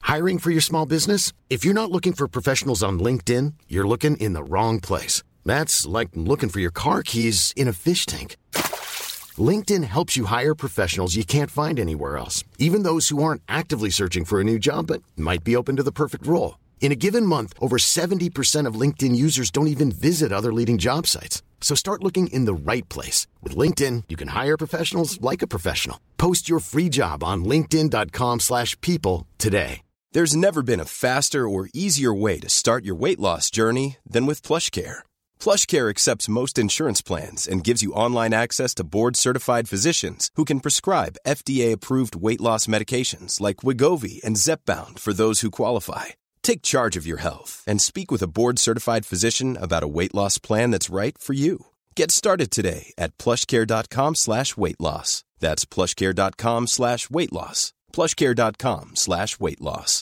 Hiring for your small business? If you're not looking for professionals on LinkedIn, you're looking in the wrong place. That's like looking for your car keys in a fish tank. LinkedIn helps you hire professionals you can't find anywhere else, even those who aren't actively searching for a new job but might be open to the perfect role. In a given month, over 70% of LinkedIn users don't even visit other leading job sites. So start looking in the right place. With LinkedIn, you can hire professionals like a professional. Post your free job on linkedin.com/people today. There's never been a faster or easier way to start your weight loss journey than with PlushCare. PlushCare accepts most insurance plans and gives you online access to board-certified physicians who can prescribe FDA-approved weight loss medications like Wegovy and Zepbound for those who qualify. Take charge of your health and speak with a board-certified physician about a weight loss plan that's right for you. Get started today at plushcare.com/weightloss. That's plushcare.com/weightloss. plushcare.com/weightloss.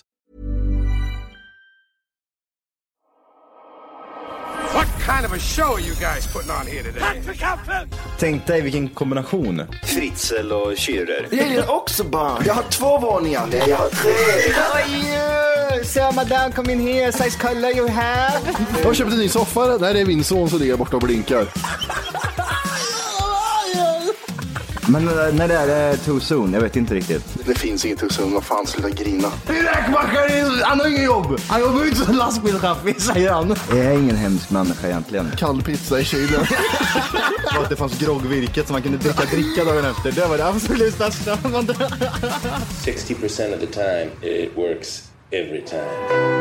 What kind of a show are you guys putting on here today? Tänk dig vilken kombination. Fritzl och Schürrer. Jag gillar också barn. Jag har 2 våningar. Jag har 3. So madame, come in here. Size color you have. Jag har köpt en ny soffa. Där är min son som ligger borta och blinkar. Men när det är too soon, jag vet inte riktigt. Det finns inget too soon, vad fan, sluta grina. Räkmackare, han har ingen jobb. Han jobbar inte som lastbilschaffis, säger han. Jag är ingen hemsk människa egentligen. Kall pizza i kylen. Och att det fanns groggvirket som man kunde dricka dagen efter. Det var det absolut största. 60% of the time it works every time.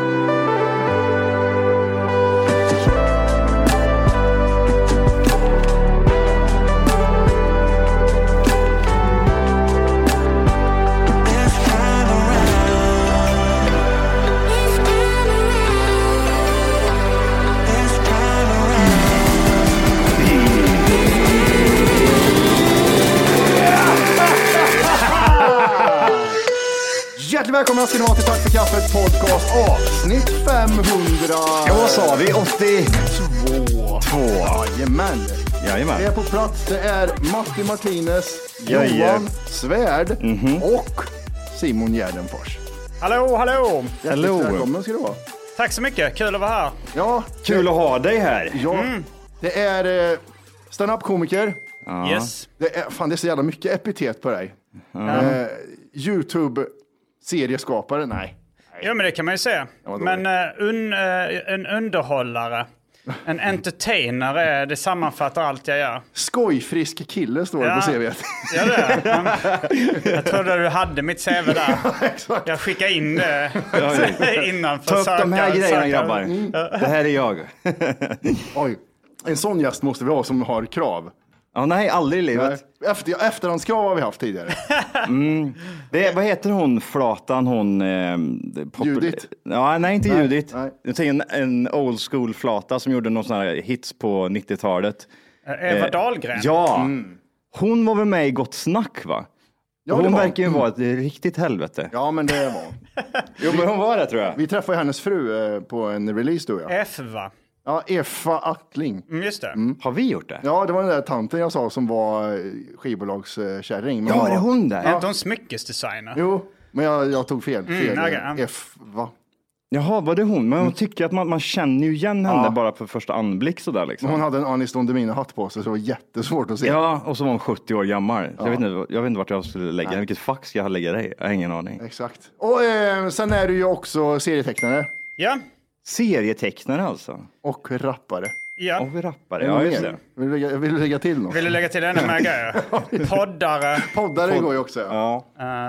Hjärtligt välkomna ska ni vara till Tack för kaffet podcast avsnitt 500. Ja, vad sa vi? 82. Jajamän. Jajamän. Det är på plats. Det är Matti Martinez, Jajamän. Johan Svärd och Simon Gärdenfors. Hallå, hallå. Hjärtligt välkommen ska du vara. Tack så mycket, kul att vara här. Ja, Kul att ha dig här. Ja, det är stand-up-komiker. Ja. Yes. Det är så jävla mycket epitet på dig. YouTube-serieskapare, nej. Ja, men det kan man ju säga. Men en underhållare, en entertainer, det sammanfattar allt jag gör. Skojfrisk kille står det på CV:t. Ja, det är. Jag trodde du hade mitt CV där. Exakt. Jag skickade in det innan. Ta upp de här grejerna, grabbar. Det här är jag. Oj, en sån gäst måste vi ha som har krav. Ja, nej, aldrig i livet. Efterhandskrav har vi haft tidigare. Vad heter hon, flatan, hon... Judith? Ja, nej, inte Judith. Nej. Jag tänker en old school flata som gjorde någon sån här hits på 90-talet. Eva Dahlgren. Ja, hon var väl med i Gott snack, va? Ja, hon var. verkar ju vara ett riktigt helvete. Ja, men det var. Jo, men hon var det, tror jag. Vi träffade hennes fru på en release då, ja. F, va? Ja, Effa Attling. Just det. Har vi gjort det? Ja, det var den där tanten jag sa som var skivbolagskärring. Ja, det är hon där. Är inte hon smyckesdesigner? Jo, men jag tog fel. Okay. Effa. Jaha, var det hon? Men hon tycker att man känner ju igen henne bara för första anblick sådär liksom. Hon hade en Anis Don Demina-hatt på sig så det var jättesvårt att se. Ja, och så var hon 70 år gammal. Ja. Jag vet inte vart jag skulle lägga henne. Vilket fack ska jag lägga dig? Jag har ingen aning. Exakt. Och sen är du ju också serietecknare. Ja. Serietecknare alltså. Och rappare. Ja. Och rappare, ja just det. Vill du lägga till något? Vill du lägga till ännu mer grejer? Poddare. Poddare går ju också, ja.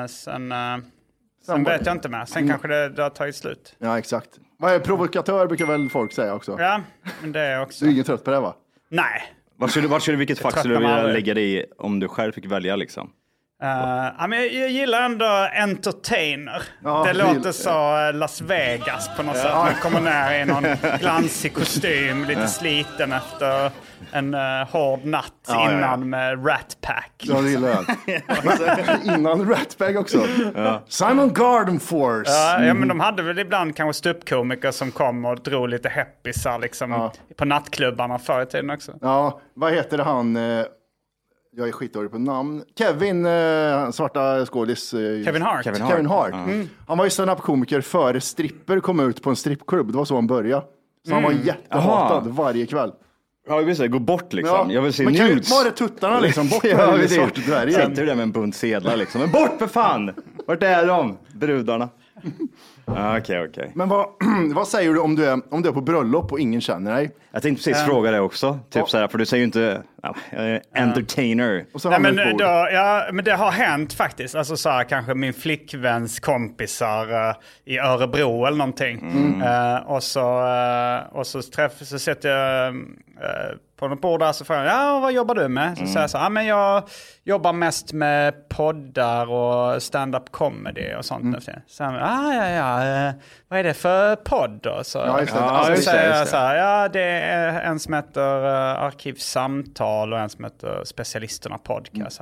Sen vet jag inte mer. Sen kanske det har tagit slut. Ja, exakt. Vad är provokatör brukar väl folk säga också? Ja, men det är också. Du är ingen trött på det, va? Nej. Vilket fack skulle du vilja lägga dig i om du själv fick välja liksom? Men jag gillar ändå entertainer. Ja, det låter så Las Vegas på något sätt. Man kommer ner i någon glansig kostym, lite sliten efter en hård natt innan med Rat Pack. Ja, det gillar jag. Innan Rat Pack också. Ja. Simon Garden Force. Ja, men de hade väl ibland kanske ståuppkomiker som kom och drog lite heppisar liksom på nattklubbarna förr i tiden också. Ja, vad heter han... Jag är skitdålig på namn. Kevin, svarta skådis. Kevin Hart. Kevin Hart. Han var ju stand-up-komiker före stripper kom ut på en strippklubb. Det var så han började. Så han var jättehatad varje kväll. Ja, jag vill säga, gå bort liksom. Ja. Jag vill se men nudes. Var det tuttarna liksom? Bort med den svart dvärgen. Sitter där med en bunt sedlar liksom. Men bort för fan! Vart är de? Brudarna. Okej. Men vad säger du om du är på bröllop och ingen känner dig? Jag tänkte precis fråga det också. Typ så här, för du säger ju inte entertainer. Nej, men det har hänt faktiskt. Alltså så här, kanske min flickväns kompisar i Örebro eller någonting. Och så sätter jag på något bord där, så frågar jag, vad jobbar du med? Så säger jag så här, men jag jobbar mest med poddar och stand-up comedy och sånt. Så vad är det för podd då? Så säger jag så här, det är en som heter Arkivsamtal och en som heter Specialisterna podcast.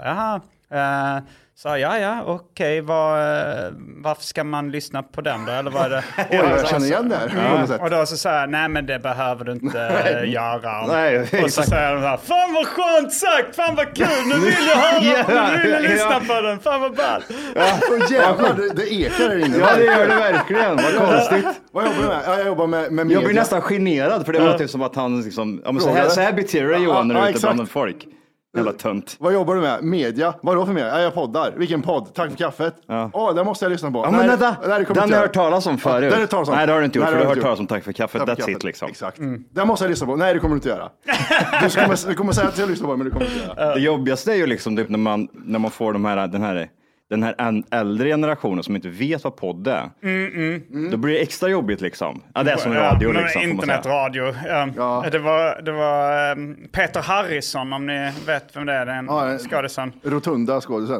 Okej, varför ska man lyssna på den då? Eller vad är det? Jag känner igen det här. Och då så säger jag, nej men det behöver du inte göra. Och så säger de så här, fan vad skönt sagt, fan vad kul, nu vill jag höra, nu vill jag lyssna på den, fan vad ball. Jävlar, det ekar där inne. Ja, det gör det verkligen, vad konstigt. Vad jobbar du med? Jag jobbar med media. Jag blir nästan generad, för det var typ som att han liksom, så här beter dig Johan när du är ute bland folk. Jävla tönt. Vad jobbar du med? Media? Vadå för media? Jag poddar. Vilken podd? Tack för kaffet. Det måste jag lyssna på. Ja, men den har jag hört talas om förut. Nej, det har du inte gjort, för du har hört talas om Tack för kaffet. That's it liksom. Exakt. Den måste jag lyssna på. Nej, det kommer du inte göra. Du kommer säga att jag lyssnar på det, men du kommer inte göra. Det jobbigaste är ju liksom typ när man får den här äldre generationen som inte vet vad podd är. Då blir det extra jobbigt liksom. Ja, det är som radio liksom. Internetradio. Det var Peter Harrison, om ni vet vem det är. Den skådisen. Rotunda skådisen.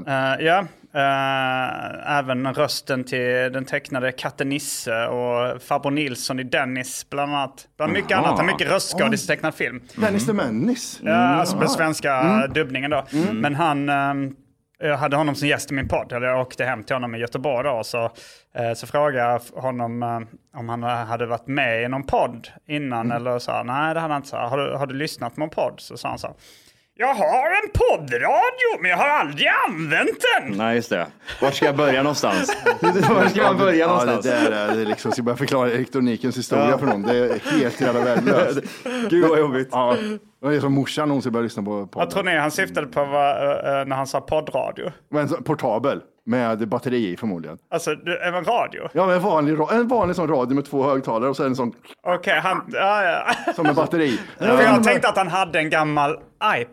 Även rösten till den tecknade katten Nisse och Farbror Nilsson i Dennis bland annat. Bland mycket annat. Han mycket röstskådis tecknad film. Dennis the Menace. Alltså den svenska dubbningen då. Men jag hade honom som gäst i min podd. Jag åkte hem till honom i Göteborg då, så frågade jag honom om han hade varit med i någon podd innan eller så. Nej, det hade han inte. Så har du lyssnat på någon podd? Så sa han så. Jag har en poddradio, men jag har aldrig använt den. Nej, just det. Var ska jag börja någonstans? Var ska jag börja någonstans? Det är liksom, ska jag börja förklara elektronikens historia för någon. Det är helt jävla värdelöst. Gud vad jobbigt. Ja. Det är som morsan någonsin började lyssna på podden. Jag tror han syftade på när han sa poddradio. Men portabel, med batteri i förmodligen. Alltså, en radio? Ja, men en vanlig sån radio med 2 högtalare och så en sån... Okej, som en batteri. För jag tänkte att han hade en gammal iPod.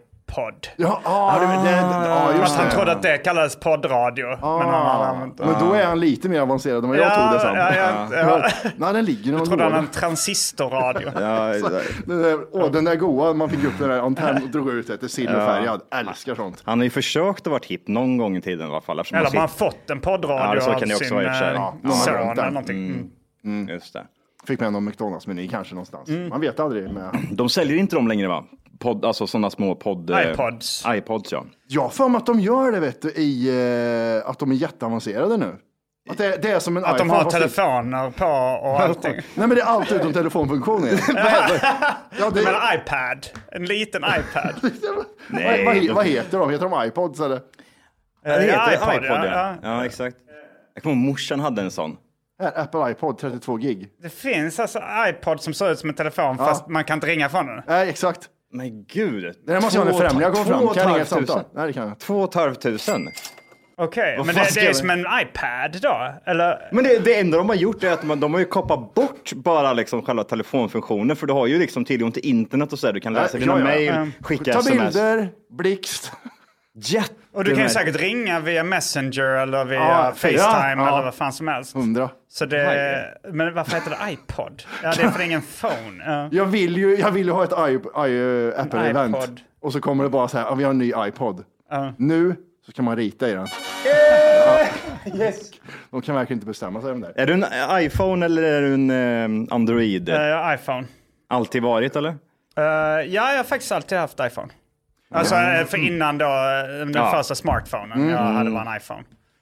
Just han trodde att det kallades poddradio. Men då är han lite mer avancerad än vad jag tog det som. Nej, den ligger någon. Jag trodde han en transistorradio. Den där goa, man fick upp den där antenn och drog ut det till silverfärgad. Älskar sånt. Han har ju försökt att vara hip någon gång i tiden i alla fall. Eller man har fått en poddradio så kan det också vara i och för sig. Son eller någonting. Just det. Fick med någon McDonalds-meny kanske någonstans. Man vet aldrig. De säljer inte dem längre, va? Alltså sådana små iPods, ja. Jag får mig att de gör det, vet du, att de är jätteavancerade nu. Att det är som en att iPhone, de har telefoner på och allting. Nej, men det är allt utom telefonfunktionen. Men iPad. En liten iPad. Vad heter de? Heter de iPods eller? Det heter iPod, ja, exakt. Jag kommer ihåg morsan hade en sån. Apple iPod 32 gig. Det finns alltså iPod som ser ut som en telefon fast man kan inte ringa från den. Nej, exakt. Men gud. Det måste jag ha främliga gå fram. Kan jag ringa ett samtal? Nej, det kan jag. 2 500. Okej, men det är som en iPad då? Eller? Men det enda de har gjort är att de har ju kapat bort bara liksom själva telefonfunktionen, för du har ju liksom tillgång till internet och så där. Du kan läsa dina mejl, skicka ta sms. bilder, blixt. Och du kan ju säkert ringa via Messenger eller via FaceTime eller vad fan som helst. 100. Så men varför heter det iPod? Ja, det är för ingen phone. Jag vill ju ha ett Apple-event. Och så kommer det bara så här, vi har en ny iPod. Nu så kan man rita i den. Yes. De kan verkligen inte bestämma sig om det. Är du en iPhone eller är du en Android? iPhone. Alltid varit, eller? Jag har faktiskt alltid haft iPhone. Alltså för innan då, den första smartphonen, jag hade bara en iPhone.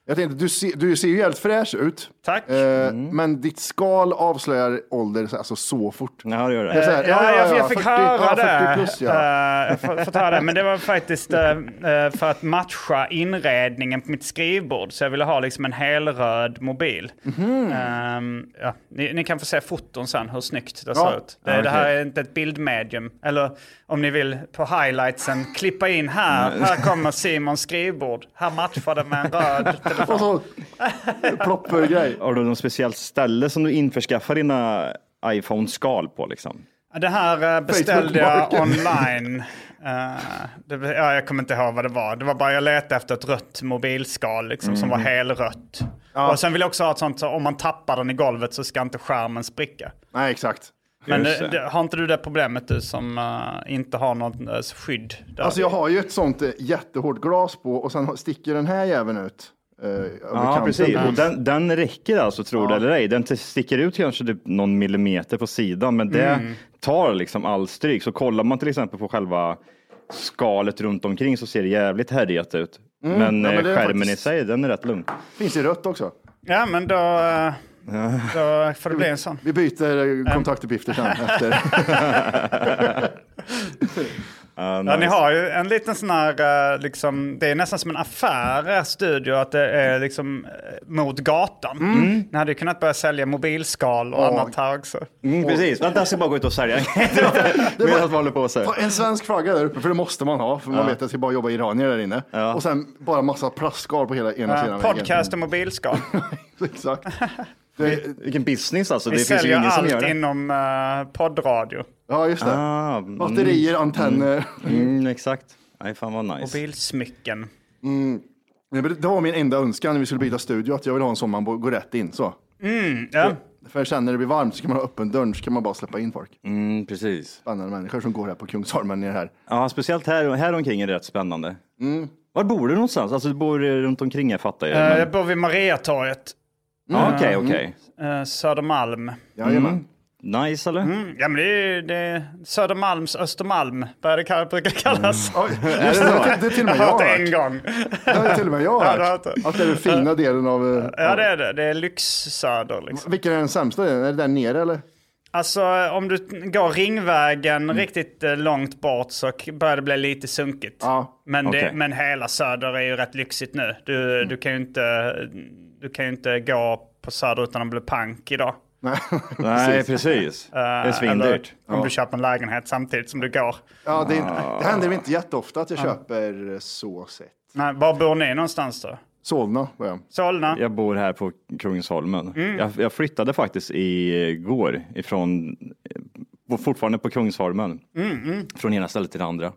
Jag tänkte, du ser ju helt fräsch ut. Tack. Men ditt skal avslöjar ålder alltså så fort. Ja, det gör det. Jag fick 40, höra det. 40 plus, Jag fått höra det. Men det var faktiskt för att matcha inredningen på mitt skrivbord. Så jag ville ha liksom en helröd mobil. Ni kan få se foton sen hur snyggt det ser ut. Det här är inte ett bildmedium. Eller om ni vill på highlightsen klippa in här. Här kommer Simons skrivbord. Här matchar det med en röd telefon. Och så plopp-grej. Har du något speciellt ställe som du införskaffar dina iPhone-skal på liksom? Det här beställde jag online. Jag kommer inte ihåg vad det var. Det var bara jag letade efter ett rött mobilskal liksom, som var helrött. Och sen vill jag också ha ett sånt så om man tappar den i golvet så ska inte skärmen spricka. Nej, exakt. Men har inte du det problemet du som inte har något skydd? Där? Alltså jag har ju ett sånt jättehårt glas på och sen sticker den här jäveln ut. Ja, precis. Och den räcker alltså, tror du eller ej. Den sticker ut kanske typ någon millimeter på sidan, men det tar liksom all stryk. Så kollar man till exempel på själva skalet runt omkring så ser det jävligt härjat ut. Men skärmen i sig, den är rätt lugn. Finns det rött också? Ja, men då får det bli en sån. Vi byter kontaktuppgifter sen efter. Ja, ni har ju en liten sån här, liksom, det är nästan som en affär, studio, att det är liksom mot gatan. Ni hade ju kunnat börja sälja mobilskal och annat här också. Precis, vänta, jag ska bara gå ut och sälja. En svensk flagga där uppe, för det måste man ha, för man vet att det ska bara jobba iranier där inne. Och sen bara massa plastskal på hela ena sidan. Podcast och mobilskal. Exakt. Vilken business alltså. Vi det finns ju ingen som gör det. Inom poddradio. Ja, just det. Batterier, antenner. Exakt. Nej, fan vad nice. Mobilsmycken. Det var min enda önskan när vi skulle byta studio, att jag vill ha en sån man går rätt in så. För jag känner när det blir varmt så kan man ha öppen dörr, så kan man bara släppa in folk. Precis. Spännande människor som går här på Kungsholmen ner här. Ja, speciellt här omkring är det rätt spännande. Var bor du någonstans? Alltså du bor runt omkring, jag fattar ju. Jag bor vid Mariatorget. Okej. Södermalm. Jajamän. Nice eller? Ja, men det är Södermalms Östermalm brukar kallas. Det är till och med jag har hört. En gång. Det är till och med jag har hört. Att det är den fina delen av... Ja, det är det. Det är lyxsöder liksom. Vilken är den sämsta delen? Är det där nere eller? Alltså om du går Ringvägen riktigt långt bort så börjar det bli lite sunkigt. Ja, men hela söder är ju rätt lyxigt nu. Du kan ju inte gå på söder utan att bli pank idag. Nej, precis. Det är svindyrt. Om du köper en lägenhet samtidigt som du går. Ja, det händer inte jätteofta att jag köper så sett. Nej, var bor ni någonstans då? Solna. Solna. Jag bor här på Kungsholmen. Jag flyttade faktiskt igår ifrån, fortfarande på Kungsholmen. Från ena stället till det andra.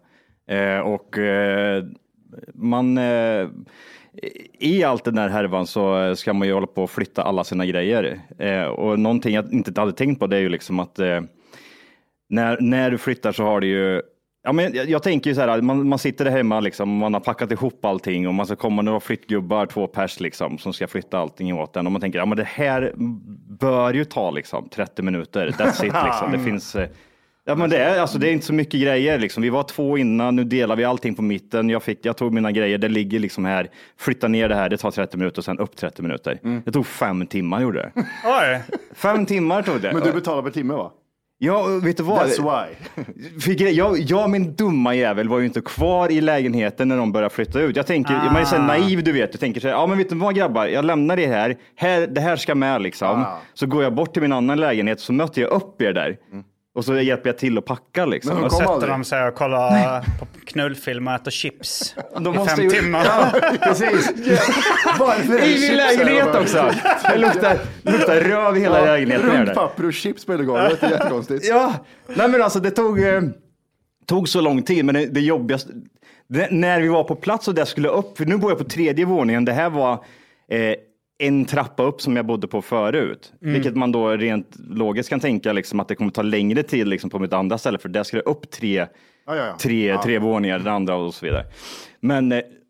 I allt den där härvan så ska man ju hålla på att flytta alla sina grejer. Och någonting jag inte hade tänkt på, det är ju liksom att när du flyttar så har du ju... Ja, men jag tänker ju så här, man sitter där hemma liksom, man har packat ihop allting och man ska komma några flyttgubbar, 2 pers liksom, som ska flytta allting åt den. Och man tänker, ja men det här bör ju ta liksom 30 minuter, that's it liksom. Det finns... Ja, men det är inte så mycket grejer liksom. Vi var 2 innan, nu delar vi allting på mitten. Jag tog mina grejer, det ligger liksom här. Flytta ner det här, det tar 30 minuter och sen upp 30 minuter. Det tog 5 timmar gjorde det. Oj. 5 timmar tog det. Men du betalar per timme va? Ja, vet du vad? That's why. Min dumma jävel var ju inte kvar i lägenheten när de började flytta ut. Jag tänker, man är så naiv du vet. Jag tänker så här, ja men vet du vad grabbar, jag lämnar det här. Det här ska med liksom. Så går jag bort till min annan lägenhet så möter jag upp er där. Och så hjälper jag till att packa liksom. Och sätter de sig och kollar på knullfilm och äter chips i 5 timmar. Ja, precis. I min lägenhet också. Det luktar röv i hela lägenheten. Runkpapper och chips på hela golvet. Det är jättekonstigt. Ja, nej men alltså det tog så lång tid. Men det jobbigaste, när vi var på plats och det skulle upp. För nu bor jag på 3:e våningen. Det här var... en trappa upp som jag bodde på förut. Vilket man då rent logiskt kan tänka liksom, att det kommer ta längre tid liksom, på mitt andra ställe. För där ska det upp 3 våningar, det andra och så vidare. Men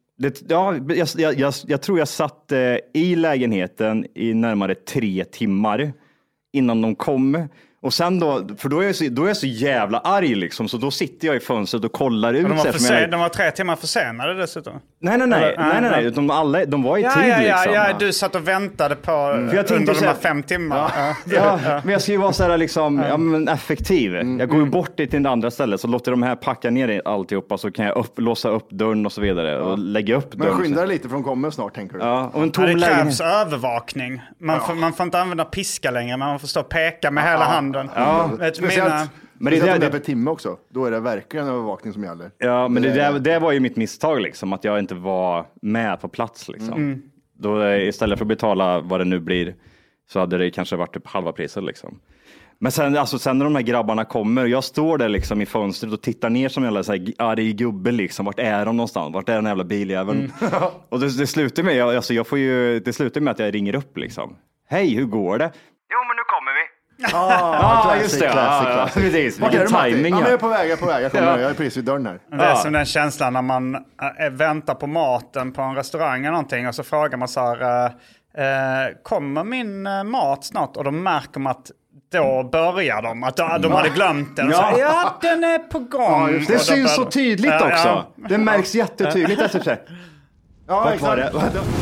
jag tror jag satt i lägenheten i närmare 3 timmar innan de kom. Och sen då, för då är jag så jävla arg liksom, så då sitter jag i fönstret och kollar ut. De var 3 timmar försenade dessutom. Nej. De var i tid liksom. Ja, du satt och väntade på under de här 5 timmar. Men jag ska ju vara så här liksom, effektiv. Jag går ju bort till det andra stället, så låter de här packa ner alltihopa, så kan jag låsa upp dörren och så vidare och lägga upp dörren. Men skynda lite, för de kommer snart, tänker du. Ja, och en det krävs övervakning. Man får inte använda piska längre, men man får stå och peka med hela handen. Ja. Men det är per timme också. Då är det verkligen övervakning som gäller. Ja, men det var ju mitt misstag liksom, att jag inte var med på plats liksom. Då istället för att betala vad det nu blir, så hade det kanske varit typ halva priset liksom. Men sen när de här grabbarna kommer, jag står där liksom i fönstret och tittar ner som jävla arg gubbe liksom. Vart är de någonstans? Vart är den jävla biljäveln? Och det slutar med, det slutar med att jag ringer upp liksom. Hej, hur går det? Jo, men nu kommer vi. Just det. Precis. Vilken timing. Jag är på väg. Jag är precis vid dörren här. Det är som den känslan när man väntar på maten på en restaurang eller någonting, och så frågar man så här, kommer min mat snart? Och då märker man att då börjar de, att de hade glömt den. Ja, den är på gång. Det syns så tydligt också. Det märks jättetydligt efter sig. Ja, exakt.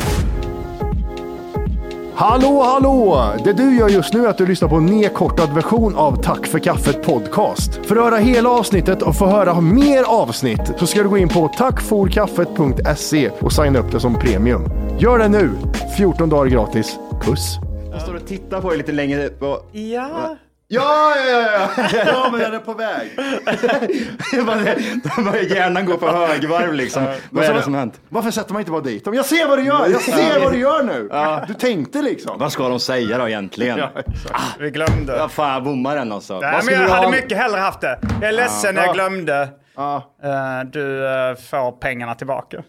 Hallå! Det du gör just nu är att du lyssnar på en nedkortad version av Tack för kaffet podcast. För att höra hela avsnittet och få höra mer avsnitt, så ska du gå in på tackforkaffet.se och signa upp det som premium. Gör det nu! 14 dagar gratis. Puss! Jag står och tittar på det lite längre. Ja. Ja, men jag är på väg. Hjärnan går på högvarv liksom. Vad är det som hänt? Varför sätter man inte bara dit dem? Jag ser vad du gör nu. Du tänkte liksom. Vad ska de säga då egentligen? Vi glömde. Ja, fan, jag bommar den alltså. Nej, men jag hade mycket hellre haft det. Jag är ledsen när jag glömde. Du får pengarna tillbaka.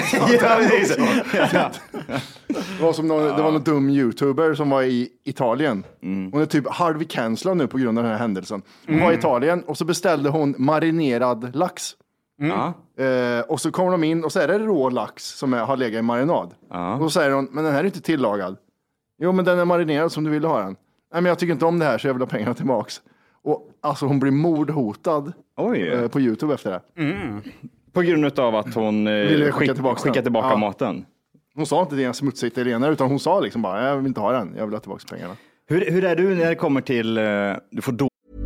Det var någon dum YouTuber som var i Italien. Hon är typ halvcancellad nu på grund av den här händelsen. Hon var i Italien och så beställde hon marinerad lax. Och så kommer de in och så är det rå lax som har legat i marinad. Och så säger hon, men den här är inte tillagad. Jo, men den är marinerad som du ville ha den. Nej, men jag tycker inte om det här, så jag vill ha pengarna tillbaks. Och alltså hon blir mordhotad på YouTube efter det. På grund av att hon ville skicka tillbaka maten. Hon sa inte det en smutsig italienare, utan hon sa liksom bara, jag vill inte ha den, jag vill ha tillbaka pengarna. Hur är du när det kommer till du får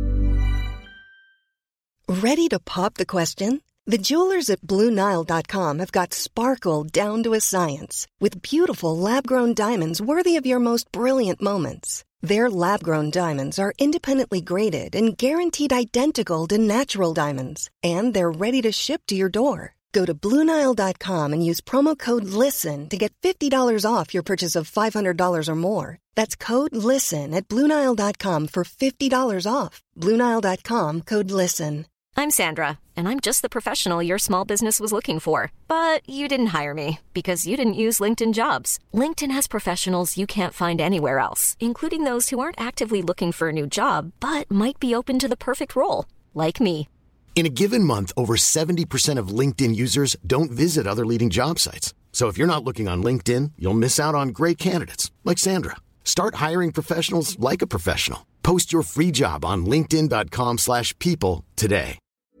Ready to pop the question? The jewelers at BlueNile.com have got sparkle down to a science with beautiful lab-grown diamonds worthy of your most brilliant moments. Their lab-grown diamonds are independently graded and guaranteed identical to natural diamonds, and they're ready to ship to your door. Go to BlueNile.com and use promo code LISTEN to get $50 off your purchase of $500 or more. That's code LISTEN at BlueNile.com for $50 off. BlueNile.com, code LISTEN. I'm Sandra, and I'm just the professional your small business was looking for. But you didn't hire me because you didn't use LinkedIn Jobs. LinkedIn has professionals you can't find anywhere else, including those who aren't actively looking for a new job, but might be open to the perfect role, like me. In a given month, over 70% of LinkedIn users don't visit other leading job sites. So if you're not looking on LinkedIn, you'll miss out on great candidates like Sandra. Start hiring professionals like a professional. Post your free job on linkedin.com/people today.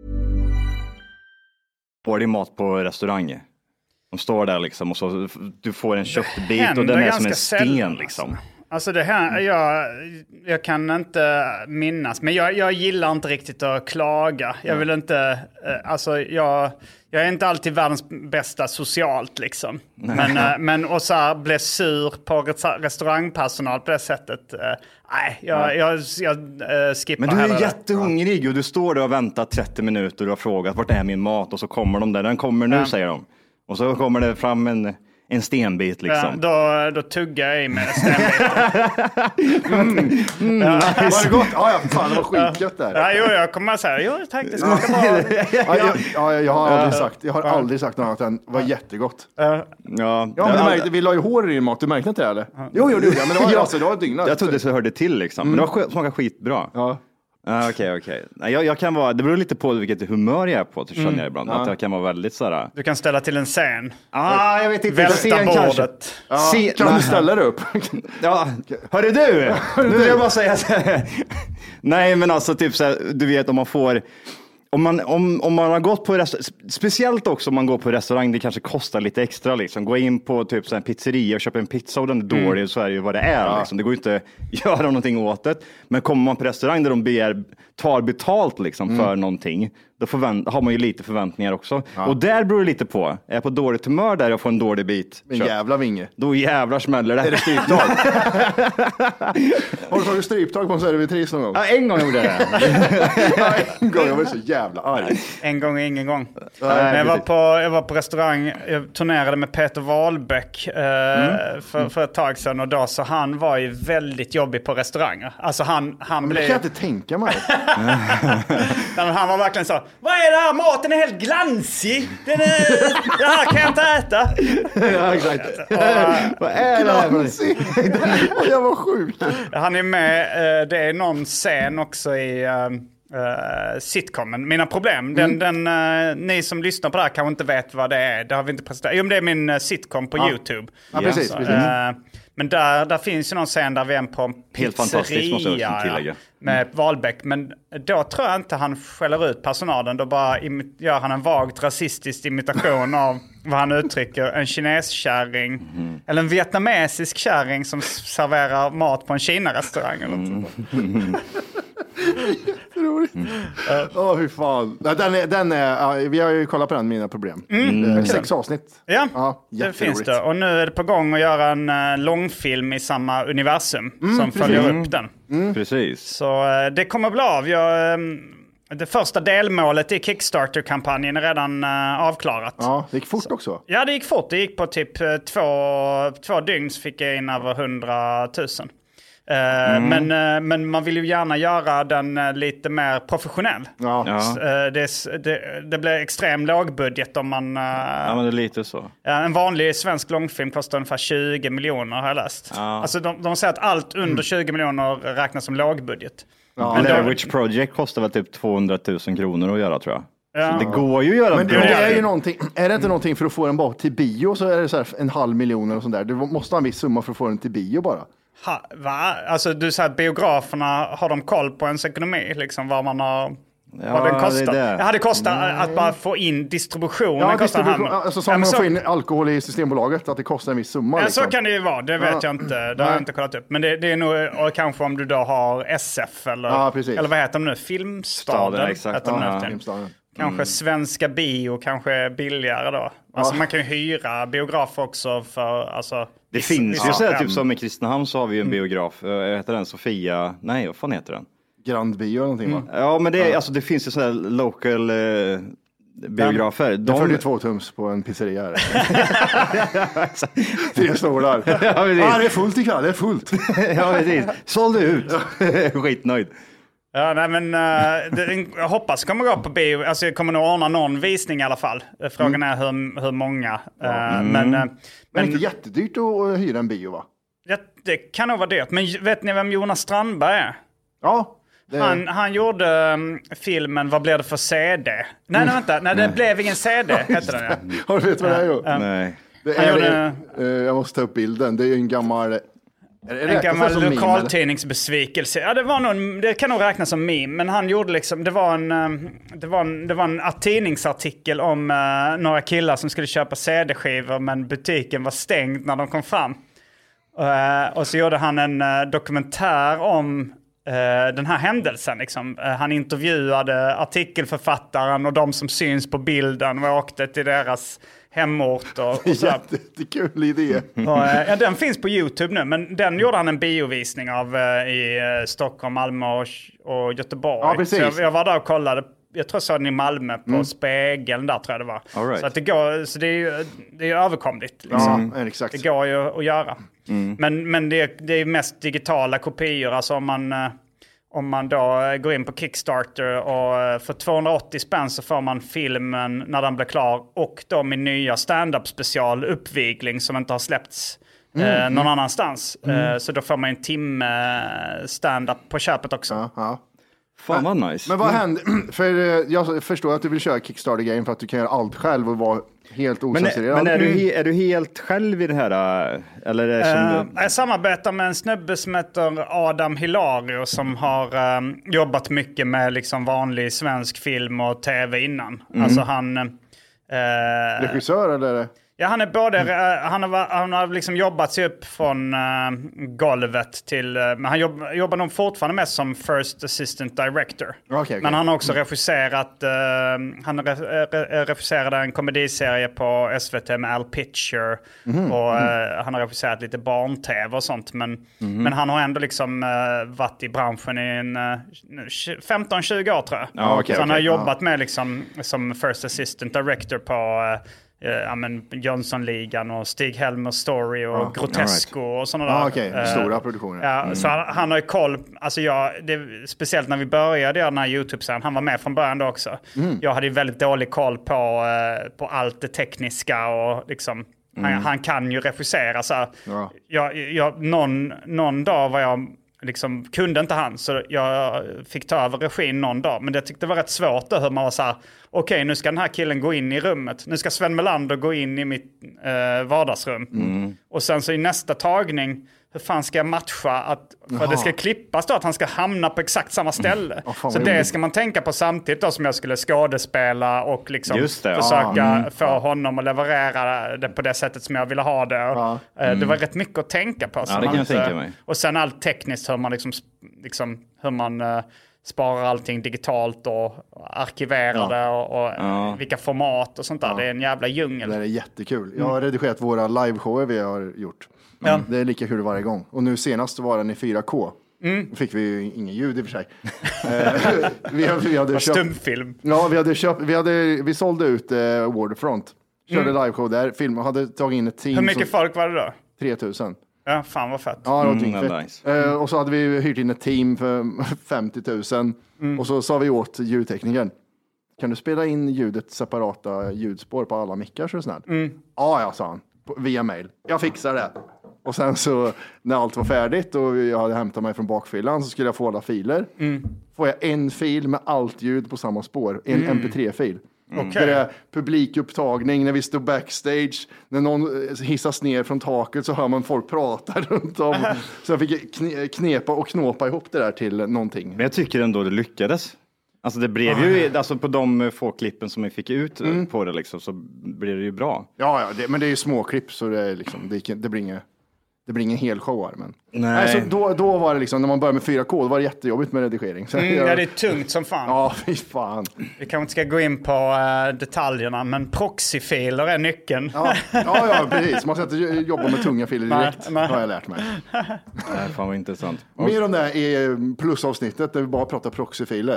Får din mat på restaurang. De står där liksom och så du får en köttbit och den är som en sten liksom. Alltså det här, jag kan inte minnas, men jag gillar inte riktigt att klaga. Jag vill inte, alltså jag är inte alltid världens bästa socialt liksom. Men och så här, bli sur på restaurangpersonal på det sättet. Nej, jag skippar. Men du är jättehungrig och du står där och väntar 30 minuter och har frågat vart är min mat och så kommer de där. Den kommer nu, säger de. Och så kommer det fram en stenbit liksom. Ja, då tuggar jag i med stenbiten. Var det gott? Ja, fan, det var skitgött där. Ja, jag kommer att säga, tack, det smakar bra. Jag har aldrig sagt något annat än, var jättegott. Men vi la ju hår i din mat, du märkte inte det eller? Jo, men det var dygnat. Jag trodde det hörde till liksom, men det smakade skitbra. Ja. Okej. Jag kan vara, det beror lite på vilket humör jag är på, känner jag ibland. Att jag kan vara väldigt sådär. Du kan ställa till en scen. Jag vet inte. Välta bordet. Kan du ställa dig upp? Ja. Hörru du, nu vill jag bara säga så här. Nej, men alltså typ så här, du vet om man får... Om man har gått på speciellt också om man går på restaurang, det kanske kostar lite extra liksom. Gå in på typ så här en pizzeria och köpa en pizza och den är dålig, så är det ju vad det är liksom. Det går ju inte att göra någonting åt det. Men kommer man på restaurang där de tar betalt liksom för någonting, då har man ju lite förväntningar också. Och där beror det lite på. Är jag på dåligt humör där jag får en dålig bit, en jävla vinge. Då jävlar smäller det. Är det stryptag? Har du tagit stryptag på en servitris någon gång? Ja, en gång gjorde jag det. En gång, jag var så jävla arg. En gång och ingen gång. Jag var på restaurang, jag turnerade med Peter Wahlbeck för ett tag sedan, och då så han var ju väldigt jobbig på restauranger. Alltså han blev... Det kan jag inte tänka mig. Han var verkligen så, vad är det här? Maten är helt glansig. Det här kan jag inte äta. Ja, exakt. Vad är det här? Glansig? Jag var sjuk. Han är med, det är någon scen också i... sitcomen Mina problem. Ni som lyssnar på det här kanske inte vet vad det är. Det har vi inte presenterat. Jo, men det är min sitcom på YouTube. Ja, precis. Men där finns ju någon scen där vi är på en helt fantastiskt, måste jag tillägga. Med Wahlbeck. Men då tror jag inte han skäller ut personalen. Då bara gör han en vagt rasistisk imitation av vad han uttrycker. En kineskärring. Eller en vietnamesisk kärring som serverar mat på en Kina-restaurang eller något sånt. Jätteroligt. Hur fan. Vi har ju kollat på den, Mina problem. 6 avsnitt. Ja, det finns det. Och nu är det på gång att göra en långfilm i samma universum som följer upp den. Precis. Så det kommer bli av. Det första delmålet i Kickstarter-kampanjen är redan avklarat. Ja, det gick fort också. Ja, det gick fort. Det gick på typ 2 dygn så fick jag in över 100 000. Men man vill ju gärna göra den lite mer professionell. Det blir extrem lågbudget om man... Ja, men det är lite så. En vanlig svensk långfilm kostar ungefär 20 miljoner har jag läst. Alltså de säger att allt under 20 miljoner räknas som lågbudget. Blair Witch Project kostar väl typ 200 000 kronor att göra, tror jag. Så det går ju att göra. Men det är ju någonting, är det inte någonting för att få den bara till bio, så är det så här 500 000 och sånt där. Du måste ha en viss summa för att få den till bio bara. Va? Alltså du säger att biograferna, har de koll på ens ekonomi liksom, vad man har... vad den kostar. Det hade kostat att bara få in distributionen. Ja, alltså som man får in alkohol i Systembolaget, att det kostar en viss summa. Ja, liksom. Så kan det ju vara, det vet jag inte. Det har jag inte kollat upp. Men det är nog kanske om du då har SF eller vad heter de nu? Filmstaden. Exakt. Filmstaden. Kanske Svenska Bio kanske är billigare då. Alltså man kan ju hyra biograf också för... Alltså, det finns ju så här, typ som i Kristinehamn så har vi ju en biograf. Heter den Sofia? Nej, vad fan heter den? Grand Bio eller någonting va? Ja, men det, alltså, det finns ju så här local biografer. De 42 tums på en pizzeria här. 3 stolar. Det är fullt ikväll, det är fullt. Ja, precis. Sålde ut. Skitnöjd. Ja, nej, men jag hoppas det kommer gå på bio. Alltså jag kommer nog ordna någon visning i alla fall. Frågan är hur många. Men inte jättedyrt att hyra en bio, va? Ja, det kan nog vara dyrt. Men vet ni vem Jonas Strandberg är? Ja. Han gjorde filmen Vad blev det för CD? Nej, vänta. Nej, det blev ingen CD, heter den. Ja. Har du vet vad det är ju? Nej. Jag måste ta upp bilden. Det är ju en gammal... En gammal lokaltidningsbesvikelse. Ja, det kan nog räknas som meme. Men han gjorde liksom, det var en tidningsartikel om några killar som skulle köpa CD-skivor, men butiken var stängd när de kom fram. Och så gjorde han en dokumentär om den här händelsen. Liksom. Han intervjuade artikelförfattaren och de som syns på bilden och åkte till deras hemort. Och Jättekul idé. Ja, den finns på YouTube nu, men den gjorde han en biovisning av i Stockholm, Malmö och Göteborg. Ja, precis. Så jag var där och kollade. Jag tror jag såg den i Malmö på Spegeln där, tror jag det var. Right. Så att det går, så det är ju överkomligt. Liksom. Ja, exakt. Det går ju att göra. Men det är mest digitala kopior. Alltså om man då går in på Kickstarter och för 280 spänn så får man filmen när den blir klar och då min nya stand-up special uppvigling som inte har släppts någon annanstans. Så då får man en timme stand-up på köpet också. Fan vad nice. Men vad händer? För jag förstår att du vill köra Kickstarter-game för att du kan göra allt själv och vara Helt osensurerad. Men är du helt själv i det här? Eller är det som jag samarbetar med en snubbe som heter Adam Hilario som har jobbat mycket med liksom vanlig svensk film och tv innan. Alltså han... regissör eller? Ja, han är både, han har liksom jobbat sig upp från golvet till, men han jobbar nog fortfarande mest som first assistant director. Okay. Men han har också regisserat, regisserade en komediserie på SVT med Al Pitcher och han har regisserat lite barn-tv och sånt. Men han har ändå liksom varit i branschen i 15-20 år tror jag. Så han har jobbat med liksom som first assistant director på Jönssonligan och Stig Helmers Story och Grotesco och sådana där. Stora produktioner. Så han har ju koll. Alltså speciellt när vi började göra den här YouTube-serien, han var med från början då också. Jag hade ju väldigt dålig koll på allt det tekniska och liksom han kan ju regissera så här. Någon dag var jag liksom kunde inte han, så jag fick ta över regin någon dag. Men jag tyckte det var rätt svårt då, hur man var så här: okej, nu ska den här killen gå in i rummet. Nu ska Sven Melander gå in i mitt vardagsrum. Och sen så i nästa tagning, hur fan ska jag matcha för det ska klippas då, att han ska hamna på exakt samma ställe. Så det ska man tänka på samtidigt då, som jag skulle skådespela och liksom försöka få honom att leverera det på det sättet som jag ville ha det. Det var rätt mycket att tänka på. Ja, det kan jag tänka mig. Och sen allt tekniskt, hur man liksom hur man sparar allting digitalt och arkiverar det och vilka format och sånt där. Det är en jävla djungel. Det är jättekul. Jag har redigerat våra liveshower vi har gjort. Det är lika kul varje gång. Och nu senast var den i 4K. Då fick vi ju ingen ljud i och för sig. vi hade köpt stumfilm. Ja, vi sålde ut Waterfront. Körde liveshow där. Hade tagit in ett team. Hur mycket folk var det då? 3000. Ja, fan vad fett. Ja, det var nice. Och så hade vi hyrt in ett team för 50 000. Och så sa vi åt ljudteknikern: kan du spela in ljudet separata ljudspår på alla mickar så snällt? Ja, sa han. Via mail. Jag fixar det. Och sen så när allt var färdigt och jag hade hämtat mig från bakfyllan, så skulle jag få alla filer. Får jag en fil med allt ljud på samma spår. En MP3-fil. Det är publikupptagning när vi står backstage. När någon hissas ner från taket så hör man folk prata runt om. Så jag fick knepa och knåpa ihop det där till någonting. Men jag tycker ändå det lyckades. Alltså det blev ju, alltså på de få klippen som vi fick ut på det liksom, så blev det ju bra. Men det är ju små klipp, så det är liksom, det blir ingen hel show här, men nej, så då var det liksom, när man började med 4K, då var det jättejobbigt med redigering. Så det är tungt som fan. Ja, fy fan. Vi kanske inte ska gå in på detaljerna, men proxyfiler är nyckeln. Ja, precis. Man ska inte jobba med tunga filer direkt, har jag lärt mig. Nej, fan vad intressant. Mer om det i plusavsnittet där vi bara pratar proxyfiler.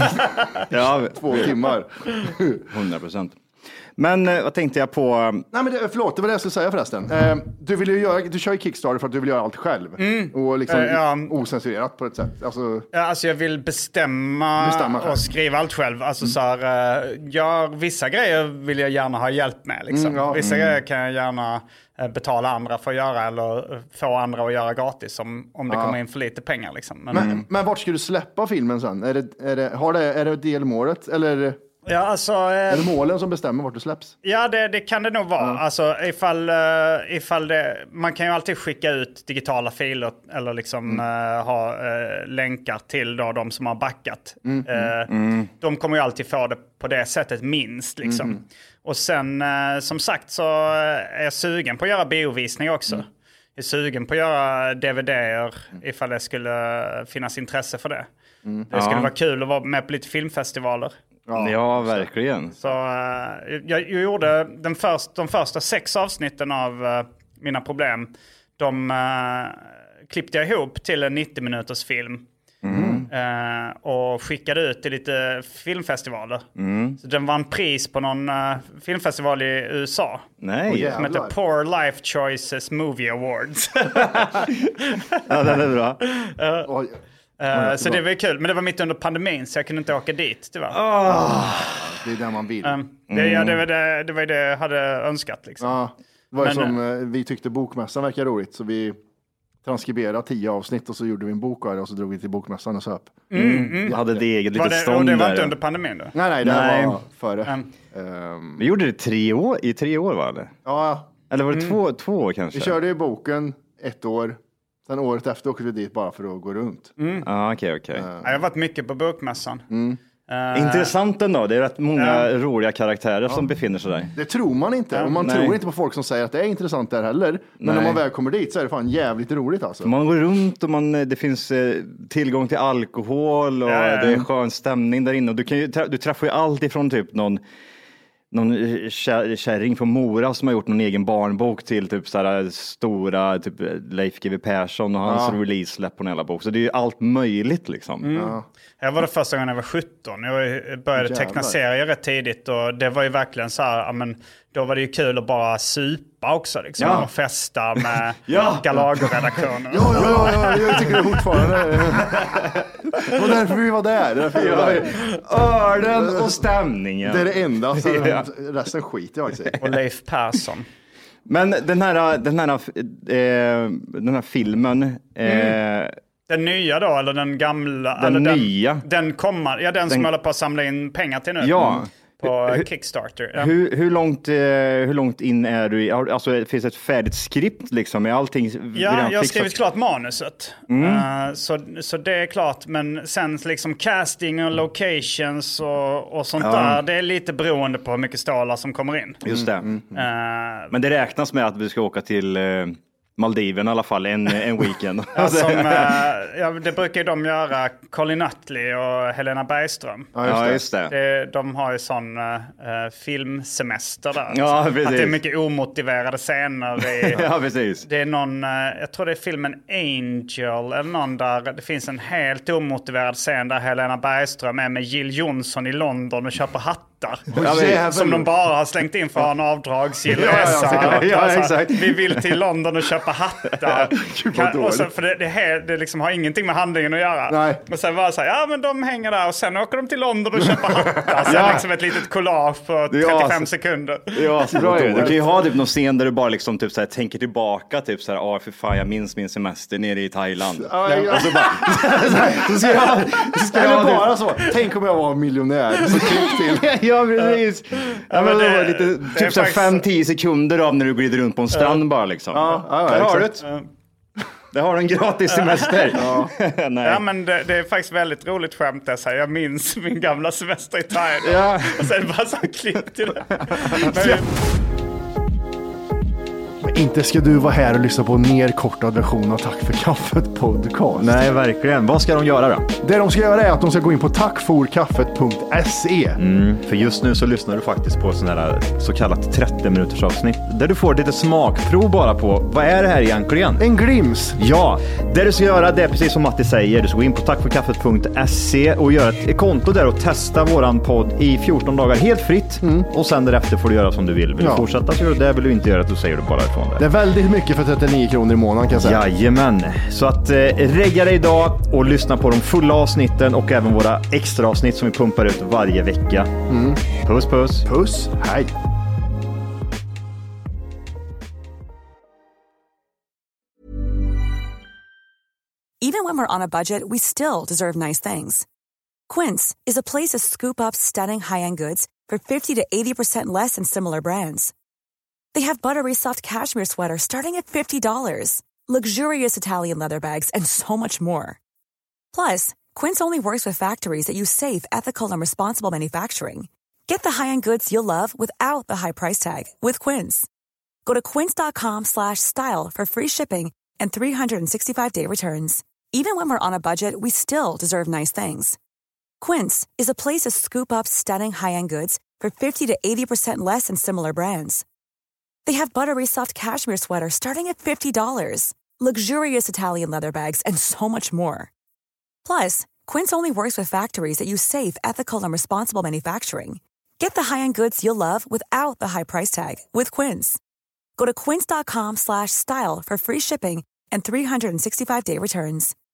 2 timmar. 100%. Men vad tänkte jag på? Nej, men förlåt, det var det jag skulle säga förresten. Du kör ju Kickstarter för att du vill göra allt själv. Och liksom osensurerat på ett sätt. Alltså jag vill bestämma och skriva allt själv. Alltså så här, vissa grejer vill jag gärna ha hjälp med. Liksom. Vissa grejer kan jag gärna betala andra för att göra, eller få andra att göra gratis om det kommer in för lite pengar. Liksom. Men vart ska du släppa filmen sen? Är det delmålet eller? Ja, alltså, är det målen som bestämmer vart du släpps? Ja, det kan det nog vara. Alltså, ifall det, man kan ju alltid skicka ut digitala filer eller liksom ha länkar till då de som har backat. De kommer ju alltid få det på det sättet minst. Liksom. Och sen, som sagt, så är jag sugen på att göra biovisning också. Jag är sugen på att göra DVD-er ifall det skulle finnas intresse för det. Det skulle vara kul att vara med på lite filmfestivaler. Ja, verkligen. Så jag gjorde de första 6 avsnitten av Mina problem. De klippte jag ihop till en 90-minuters film. Och skickade ut till lite filmfestivaler. Så den vann pris på någon filmfestival i USA. Nej, som heter Poor Life Choices Movie Awards. Ja, det är bra. Så det var kul, men det var mitt under pandemin så jag kunde inte åka dit tyvärr. Det är där man vill. Det var det jag hade önskat liksom. Det var som vi tyckte bokmässan verkar roligt, så vi transkribera 10 avsnitt och så gjorde vi en bok av det och så drog vi till bokmässan och söp. Hade det eget lite stånd och det var där. inte under pandemin då? Nej, det här var före. Vi gjorde det 3 år va? Eller? Ja. Eller var det 2 år kanske? Vi körde ju boken 1 år. Sen året efter åkte vi dit bara för att gå runt. Okej. Jag har varit mycket på bokmässan. Intressant ändå. Det är rätt många roliga karaktärer som befinner sig där. Det tror man inte. Och man tror inte på folk som säger att det är intressant där heller. Men när man väl kommer dit så är det fan jävligt roligt alltså. Man går runt och det finns tillgång till alkohol och det är skön stämning där inne. Och du träffar ju allt ifrån typ någon kärring från Mora som har gjort någon egen barnbok till typ sådär stora typ Leif GW Persson och hans release-släpp på en hela bok. Så det är ju allt möjligt liksom. Jag var det första gången jag var 17. Jag började teckna serier rätt tidigt och det var ju verkligen så här, då var det ju kul att bara supa också liksom, och festa med Galago-redaktionen. Jag tycker det fortfarande. Det var därför vi var där. Ölen och stämningen. Det är det enda. Så resten skiter jag i. Och Leif Persson. Men den här filmen... Den nya då, eller den gamla? Den nya. Den som håller på att samla in pengar till nu. Ja. På Kickstarter. Ja. Hur långt in är du i? Alltså det finns ett färdigt skript liksom? Är allting jag har skrivit klart manuset. Så det är klart. Men sen liksom casting och locations och sånt där. Det är lite beroende på hur mycket stålar som kommer in. Just det. Men det räknas med att vi ska åka till... Maldiven i alla fall, en weekend. Det brukar ju de göra, Colin Nutley och Helena Bergström. Just det. De har ju sån filmsemester där. Ja, att det är mycket omotiverade scener. Ja, precis. Det är någon, jag tror det är filmen Angel eller någon där det finns en helt omotiverad scen där Helena Bergström är med Jill Johnson i London och köper hattar. Som de bara har slängt in för en avdragsgill resa. Exakt. Vi vill till London och köpa hattar. För det liksom har ingenting med handlingen att göra. Nej. Och sen var så här, men de hänger där och sen åker de till London och köper hattar. Sen liksom ett litet collage på 35 sekunder. Ja, så bra. Du kan ju ha typ någon scen där du bara liksom typ så här, tänker tillbaka typ så här, för fan jag minns min semester nere i Thailand. Och så bara bara så. Tänk om jag var miljonär. Så klipp till. Ja, precis. Men det var lite typ så 5-10 sekunder av när du glider runt på en strand bara liksom. Där har du det. Det har en gratis semester. Ja, men det är faktiskt väldigt roligt skämt det. Så här, jag minns min gamla semester i Thailand. Och sen bara så klipp till det. Inte ska du vara här och lyssna på en nerkortad version av Tack för kaffet podcast. Nej, verkligen. Vad ska de göra då? Det de ska göra är att de ska gå in på tackforkaffet.se. För just nu så lyssnar du faktiskt på sån här så kallat 30 minuters avsnitt. Där du får lite smakprov bara på, vad är det här egentligen? En glims. Ja, det du ska göra det är precis som Matti säger. Du ska gå in på tackforkaffet.se och göra ett konto där och testa våran podd i 14 dagar helt fritt. Och sen därefter får du göra som du vill. Vill du fortsätta så gör du det, vill du inte göra det, då säger du bara ifrån. Det är väldigt mycket för 39 kronor i månaden kan jag säga. Jajamän. Så att regga dig idag och lyssna på de fulla avsnitten och även våra extra avsnitt som vi pumpar ut varje vecka. Puss, puss. Puss, hej. Even when we're on a budget, we still deserve nice things. Quince is a place to scoop up stunning high-end goods for 50 to 80% less than similar brands. They have buttery soft cashmere sweaters starting at $50, luxurious Italian leather bags, and so much more. Plus, Quince only works with factories that use safe, ethical, and responsible manufacturing. Get the high-end goods you'll love without the high price tag with Quince. Go to quince.com/style for free shipping and 365-day returns. Even when we're on a budget, we still deserve nice things. Quince is a place to scoop up stunning high-end goods for 50 to 80% less than similar brands. They have buttery soft cashmere sweaters starting at $50, luxurious Italian leather bags, and so much more. Plus, Quince only works with factories that use safe, ethical, and responsible manufacturing. Get the high-end goods you'll love without the high price tag with Quince. Go to quince.com/style for free shipping and 365-day returns.